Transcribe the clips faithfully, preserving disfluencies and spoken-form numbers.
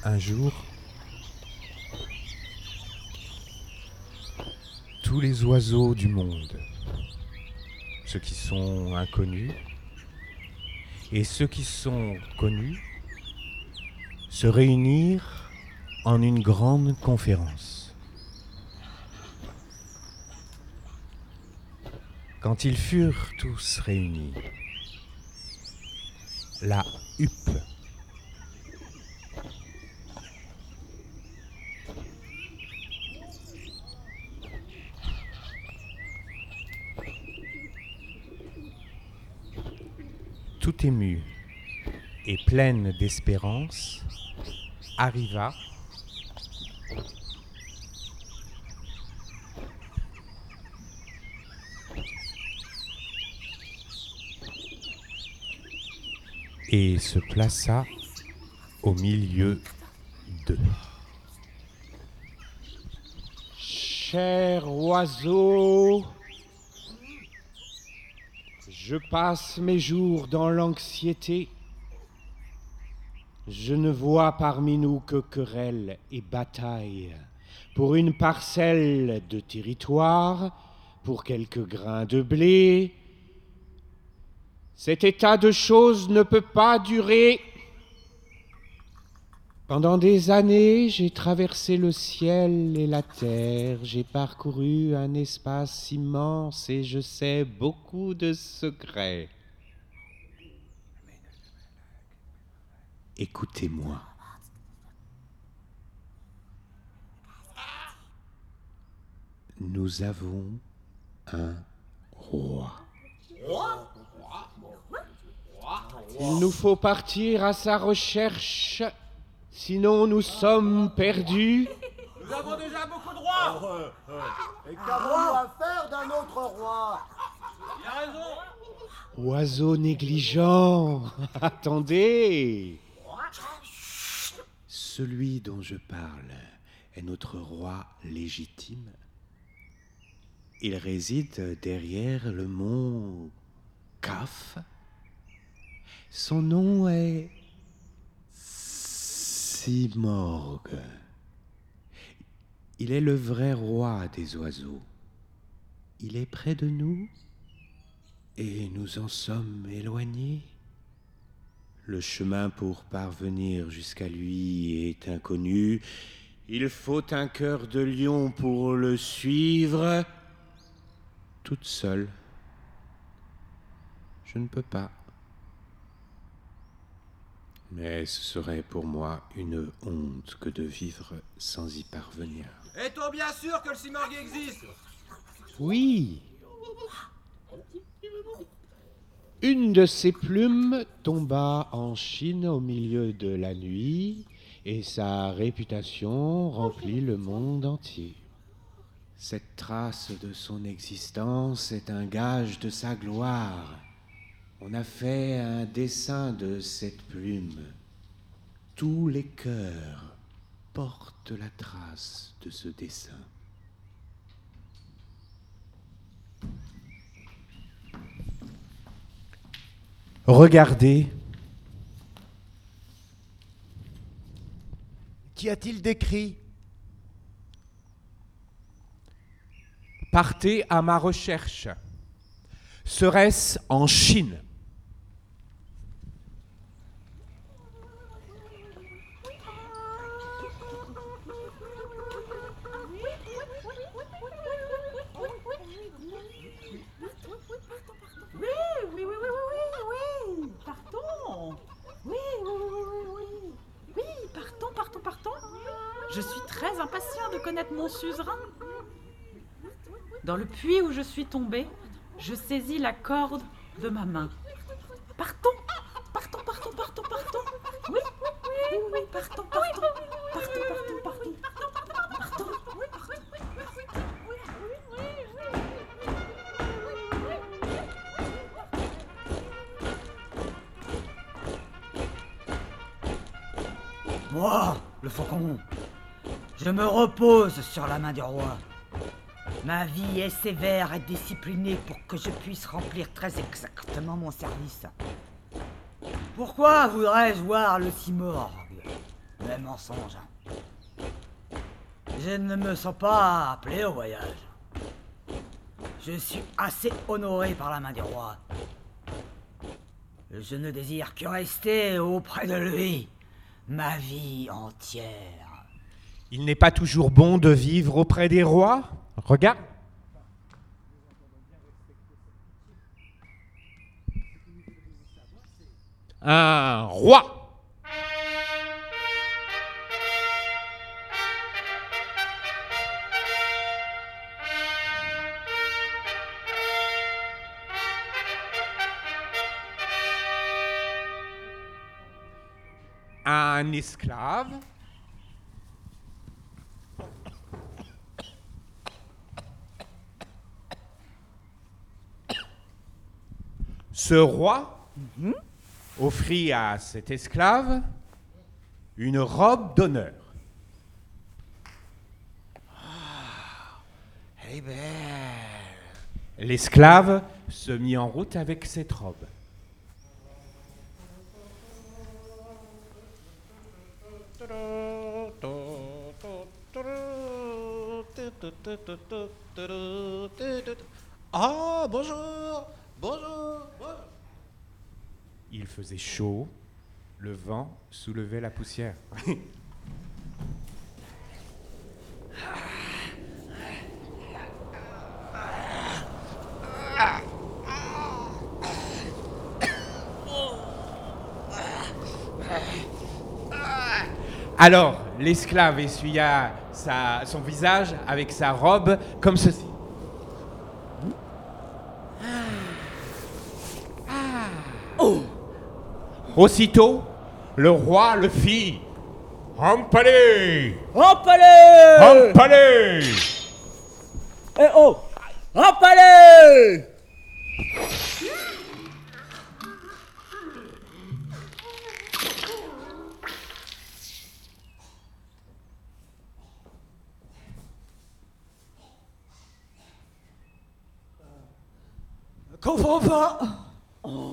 Un jour, tous les oiseaux du monde, ceux qui sont inconnus et ceux qui sont connus, se réunirent en une grande conférence. Quand ils furent tous réunis, la huppe tout émue et pleine d'espérance, arriva et se plaça au milieu d'eux. Cher oiseau, je passe mes jours dans l'anxiété. Je ne vois parmi nous que querelles et batailles pour une parcelle de territoire, pour quelques grains de blé. Cet état de choses ne peut pas durer. Pendant des années, j'ai traversé le ciel et la terre, j'ai parcouru un espace immense et je sais beaucoup de secrets. Écoutez-moi. Nous avons un roi. Il nous faut partir à sa recherche, sinon nous sommes perdus. Nous avons déjà beaucoup de rois. Et qu'avons-nous à faire d'un autre roi? Il a raison. Oiseau négligent, attendez. Celui dont je parle est notre roi légitime. Il réside derrière le mont Kaf. Son nom est Simorgue. Il est le vrai roi des oiseaux. Il est près de nous et nous en sommes éloignés. Le chemin pour parvenir jusqu'à lui est inconnu. Il faut un cœur de lion pour le suivre. Toute seule, je ne peux pas. Mais ce serait pour moi une honte que de vivre sans y parvenir. Est-on bien sûr que le Simorgue existe? Oui. Une de ses plumes tomba en Chine au milieu de la nuit et sa réputation remplit le monde entier. Cette trace de son existence est un gage de sa gloire. On a fait un dessin de cette plume. Tous les cœurs portent la trace de ce dessin. Regardez. Qu'y a-t-il d'écrit? Partez à ma recherche. Serait-ce en Chine? Je suis très impatient de connaître mon suzerain. Dans le puits où je suis tombée, je saisis la corde de ma main. Partons, partons, partons, partons, partons. Oui, oui, oui, partons, partons, partons, partons, partons, partons. Moi, le faucon, je me repose sur la main du roi. Ma vie est sévère et disciplinée pour que je puisse remplir très exactement mon service. Pourquoi voudrais-je voir le Simorgue? Les mensonges. Je ne me sens pas appelé au voyage. Je suis assez honoré par la main du roi. Je ne désire que rester auprès de lui, ma vie entière. Il n'est pas toujours bon de vivre auprès des rois. Regarde. Un roi. Un esclave. Ce roi mm-hmm. offrit à cet esclave une robe d'honneur. Ah, elle est belle. L'esclave se mit en route avec cette robe. Ah, bonjour, bonjour, bonjour. Il faisait chaud, le vent soulevait la poussière. Alors, l'esclave essuya sa, son visage avec sa robe comme ceci. Oh. Aussitôt, le roi le fit. Empalé! Empalé! Empalé! Eh oh! Empalé! Comprends pas. Oh.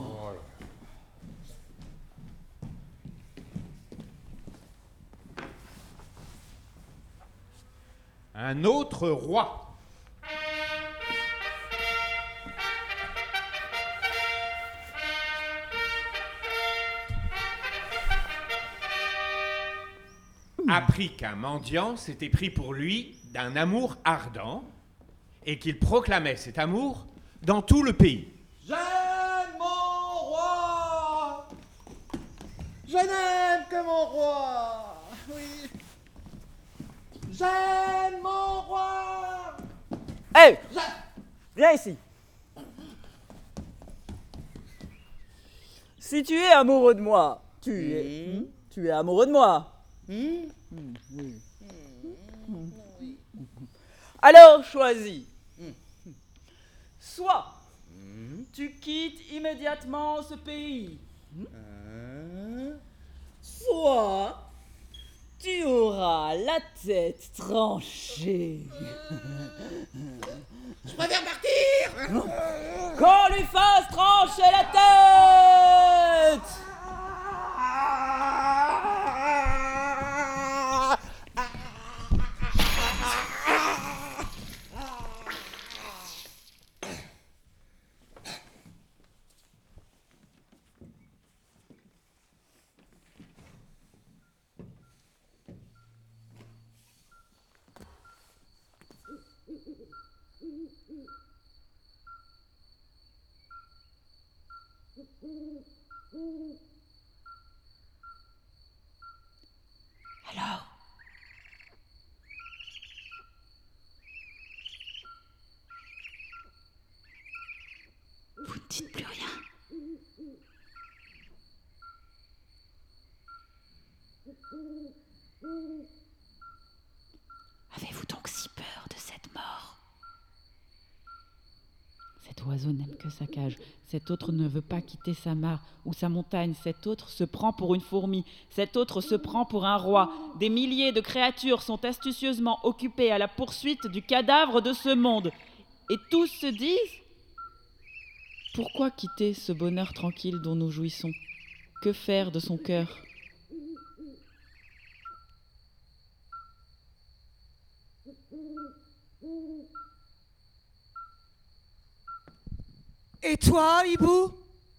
Un autre roi. Apprit qu'un mendiant s'était pris pour lui d'un amour ardent et qu'il proclamait cet amour dans tout le pays. J'aime mon roi! Je n'aime que mon roi! Oui! J'aime mon roi! Hé! Hey, viens ici! Si tu es amoureux de moi, tu mmh. es... Tu es amoureux de moi? Mmh. Mmh. Oui. Mmh. Oui. Alors choisis. Mmh. Soit mmh. tu quittes immédiatement ce pays, mmh. soit tu auras la tête tranchée. Je préfère partir! Qu'on lui fasse trancher la tête! Alors, vous ne dites plus rien. Avez-vous donc si peur de cette mort? Cet oiseau n'aime que sa cage. Cet autre ne veut pas quitter sa mare ou sa montagne. Cet autre se prend pour une fourmi. Cet autre se prend pour un roi. Des milliers de créatures sont astucieusement occupées à la poursuite du cadavre de ce monde. Et tous se disent: pourquoi quitter ce bonheur tranquille dont nous jouissons? Que faire de son cœur? Et toi, hibou?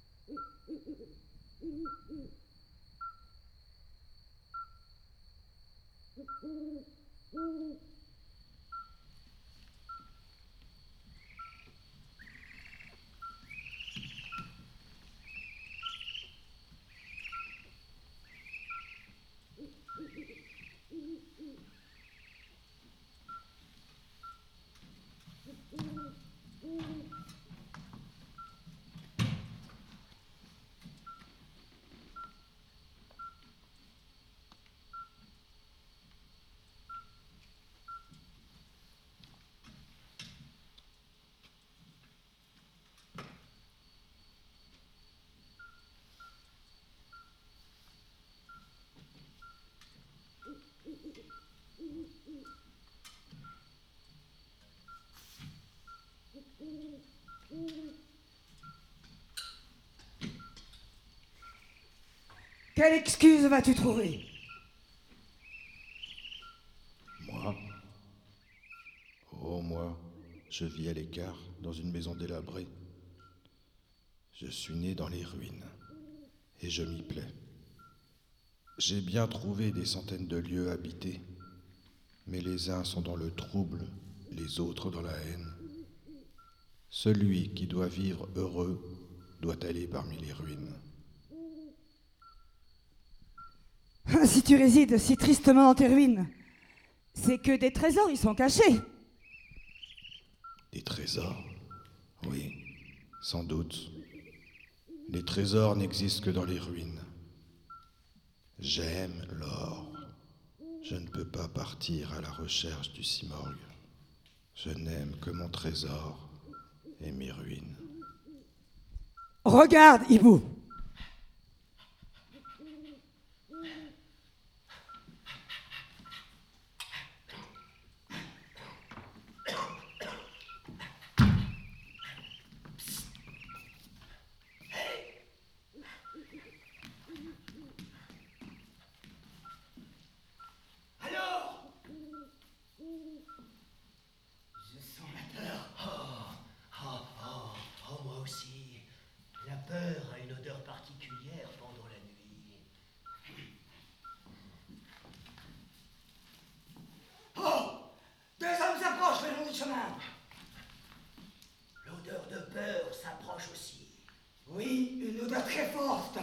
Quelle excuse vas-tu trouver? Moi? Oh, moi, je vis à l'écart, dans une maison délabrée. Je suis né dans les ruines, et je m'y plais. J'ai bien trouvé des centaines de lieux habités, mais les uns sont dans le trouble, les autres dans la haine. Celui qui doit vivre heureux doit aller parmi les ruines. Si tu résides si tristement dans tes ruines, c'est que des trésors y sont cachés. Des trésors? Oui, sans doute. Les trésors n'existent que dans les ruines. J'aime l'or. Je ne peux pas partir à la recherche du cimorgue. Je n'aime que mon trésor et mes ruines. Regarde, hibou. L'odeur de peur s'approche aussi. Oui, une odeur très forte.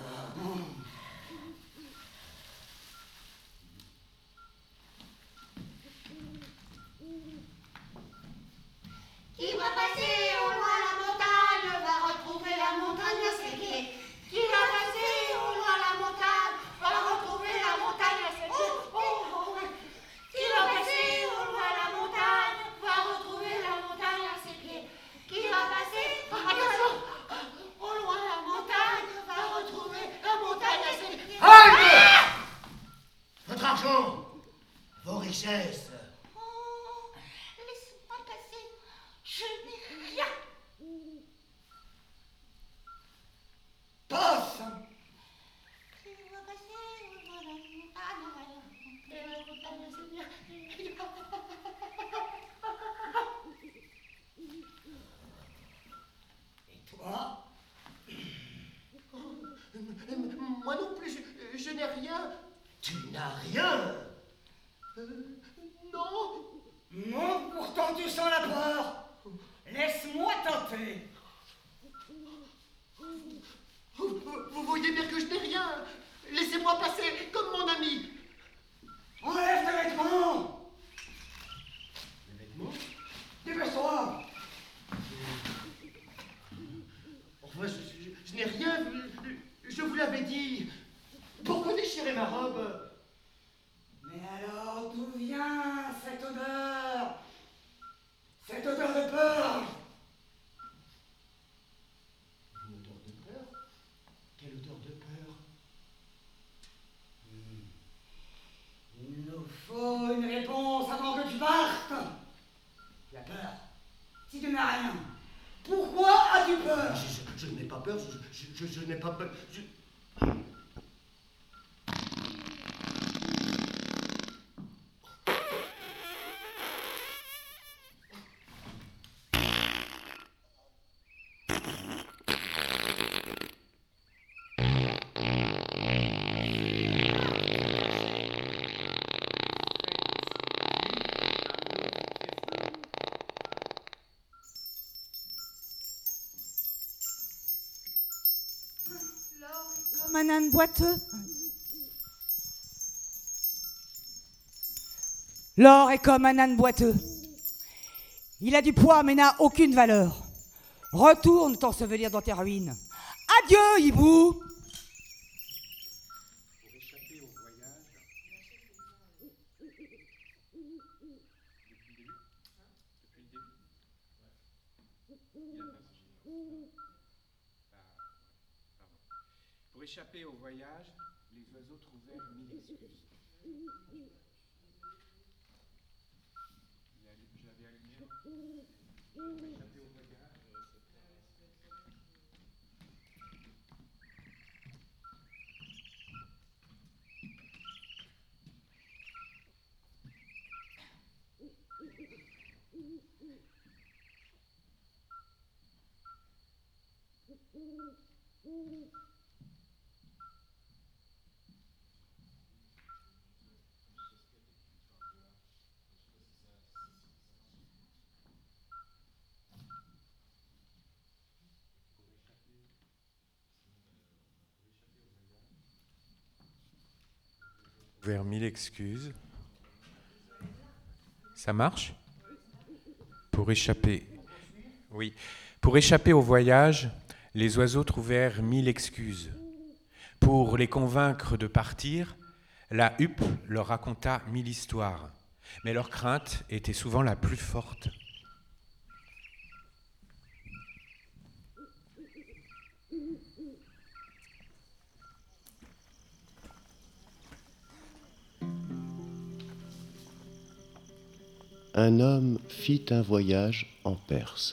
Qui va passer au loin la montagne va retrouver la montagne à ses pieds. Qui va passer au loin la montagne va retrouver la montagne à ses pieds. Qui va passer au loin la montagne va retrouver la montagne à ses pieds. Qui va passer, attention, au loin la montagne va retrouver la montagne à ses pieds. Halte! Votre argent, vos richesses. Oh, laisse-moi passer, je n'ai rien. Passe! Qui va passer au loin la montagne va retrouver la montagne à ses pieds. Et toi? Moi non plus, je, je n'ai rien. Tu n'as rien? Euh, non. Non, pourtant tu sens la peur. Laisse-moi tenter. Vous, vous voyez bien que je n'ai rien. Laissez-moi passer comme mon ami. Enlève tes vêtements. Les vêtements? Dépêche-toi. Enfin, je, je- je n'ai rien vu. Je vous l'avais dit. Pourquoi déchirer ma robe? Mais alors, d'où vient cette odeur? Cette odeur de peur? Une odeur de peur? Quelle odeur de peur? Il nous faut une réponse avant que tu partes. Tu as peur. Si tu n'as rien, pourquoi as-tu peur? Je, je- je n'ai pas peur. Je, je- je- je n'ai pas peur. Je- comme un âne boiteux. L'or est comme un âne boiteux. Il a du poids mais n'a aucune valeur. Retourne t'ensevelir dans tes ruines. Adieu, hibou. Pour échapper au voyage, les oiseaux trouvèrent mille excuses. Je l'avais allumé. Pour échapper au voyage. Vers mille excuses. Ça marche? Pour échapper. Oui. Pour échapper au voyage, les oiseaux trouvèrent mille excuses. Pour les convaincre de partir, la huppe leur raconta mille histoires. Mais leur crainte était souvent la plus forte. Un homme fit un voyage en Perse.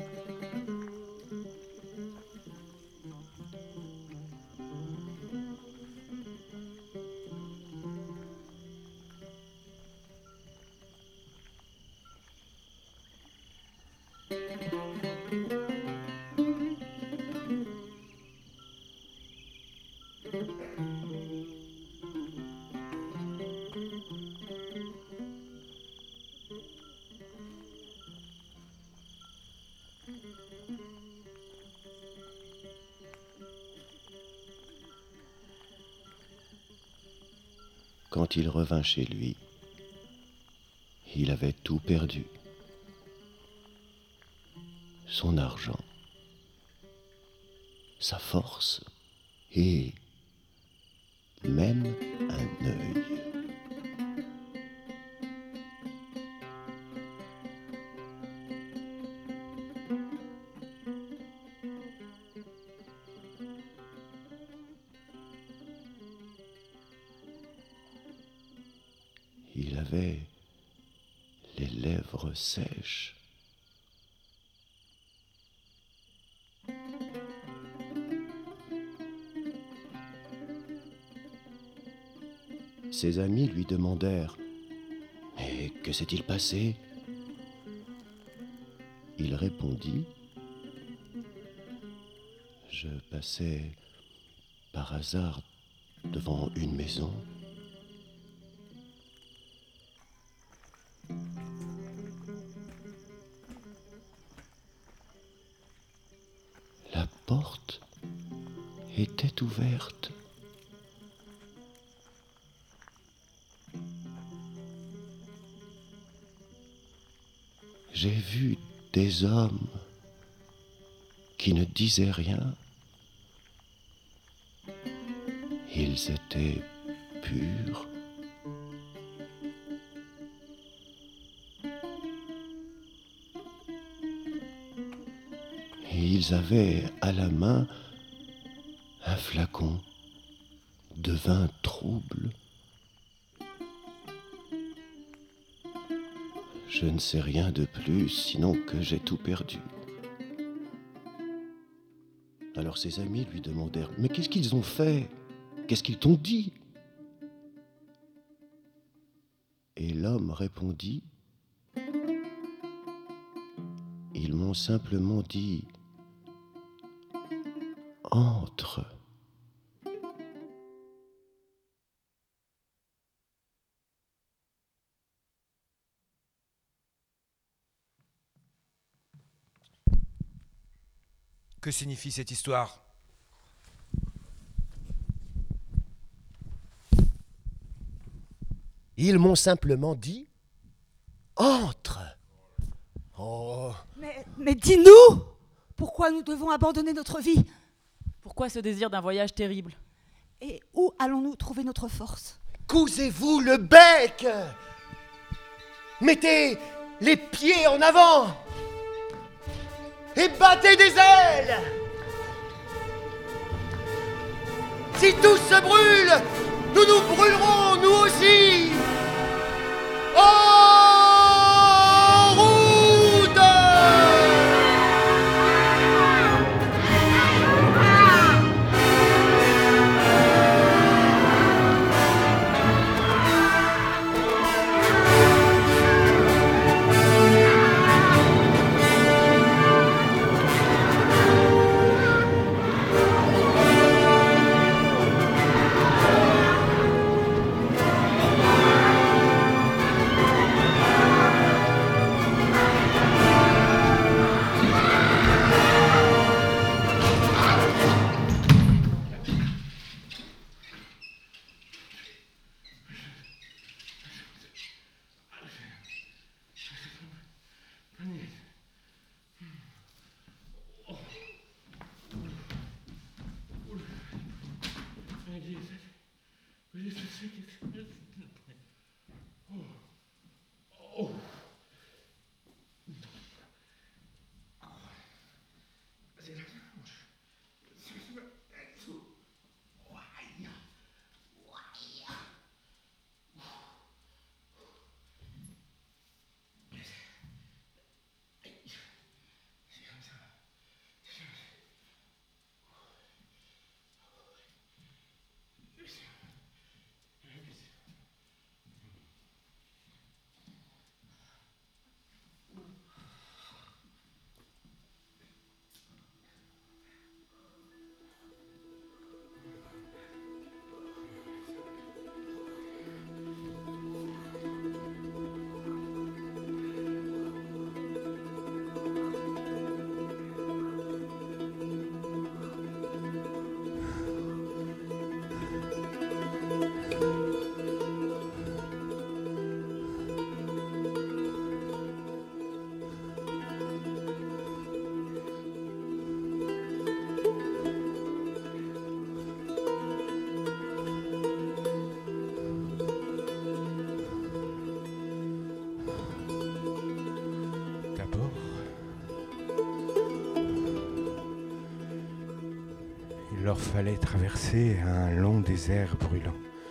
Quand il revint chez lui, il avait tout perdu. Son argent, sa force et même un œil. Il avait les lèvres sèches. Ses amis lui demandèrent « Mais que s'est-il passé ?» Il répondit « Je passais par hasard devant une maison. La porte était ouverte. J'ai vu des hommes qui ne disaient rien. Ils étaient purs. Et ils avaient à la main un flacon de vin trouble. Je ne sais rien de plus, sinon que j'ai tout perdu. Alors ses amis lui demandèrent « Mais qu'est-ce qu'ils ont fait? Qu'est-ce qu'ils t'ont dit ?» Et l'homme répondit « Ils m'ont simplement dit « Entre ». Que signifie cette histoire? Ils m'ont simplement dit « Entre !» Oh. Mais, mais dis-nous, pourquoi nous devons abandonner notre vie? Pourquoi ce désir d'un voyage terrible? Et où allons-nous trouver notre force? Cousez-vous le bec! Mettez les pieds en avant! Et battez des ailes! Si tout se brûle, nous nous brûlerons, nous aussi! En route! Il leur fallait traverser un long désert brûlant.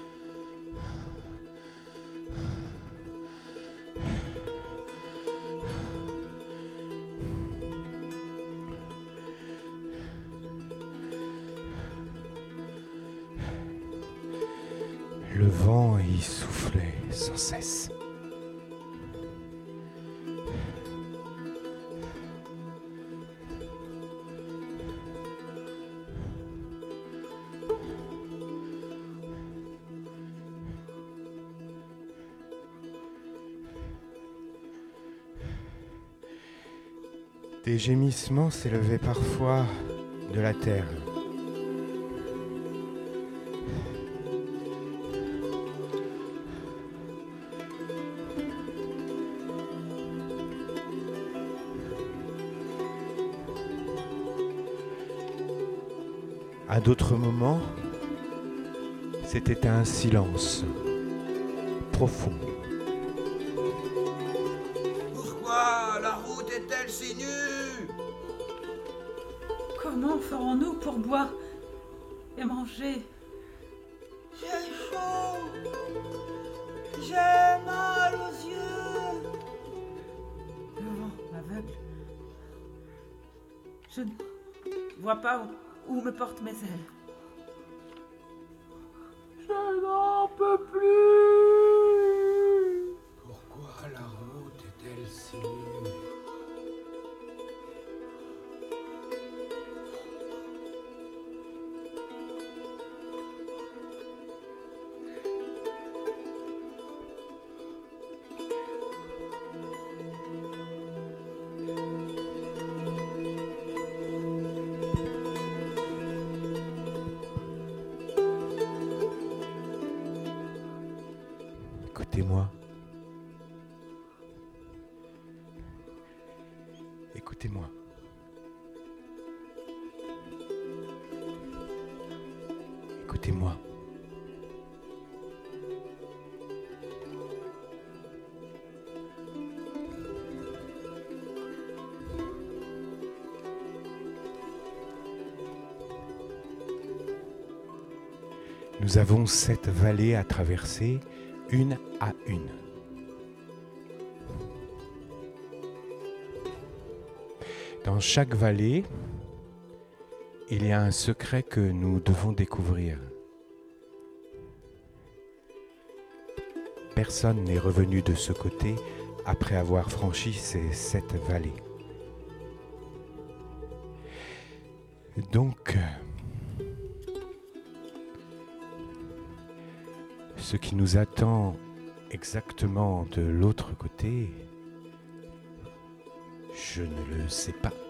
Le vent y soufflait sans cesse. Des gémissements s'élevaient parfois de la terre. À d'autres moments, c'était un silence profond. Pourquoi la route est-elle si nue? Comment ferons-nous pour boire et manger? J'ai chaud. J'ai mal aux yeux. Le vent m'aveugle. Je ne vois pas où, où me portent mes ailes. Je n'en peux plus. Pourquoi la route est-elle si nue? Écoutez-moi. Écoutez-moi. Écoutez-moi. Nous avons sept vallées à traverser, une à une. Dans chaque vallée, il y a un secret que nous devons découvrir. Personne n'est revenu de ce côté après avoir franchi ces sept vallées. Donc, ce qui nous attend exactement de l'autre côté, je ne le sais pas.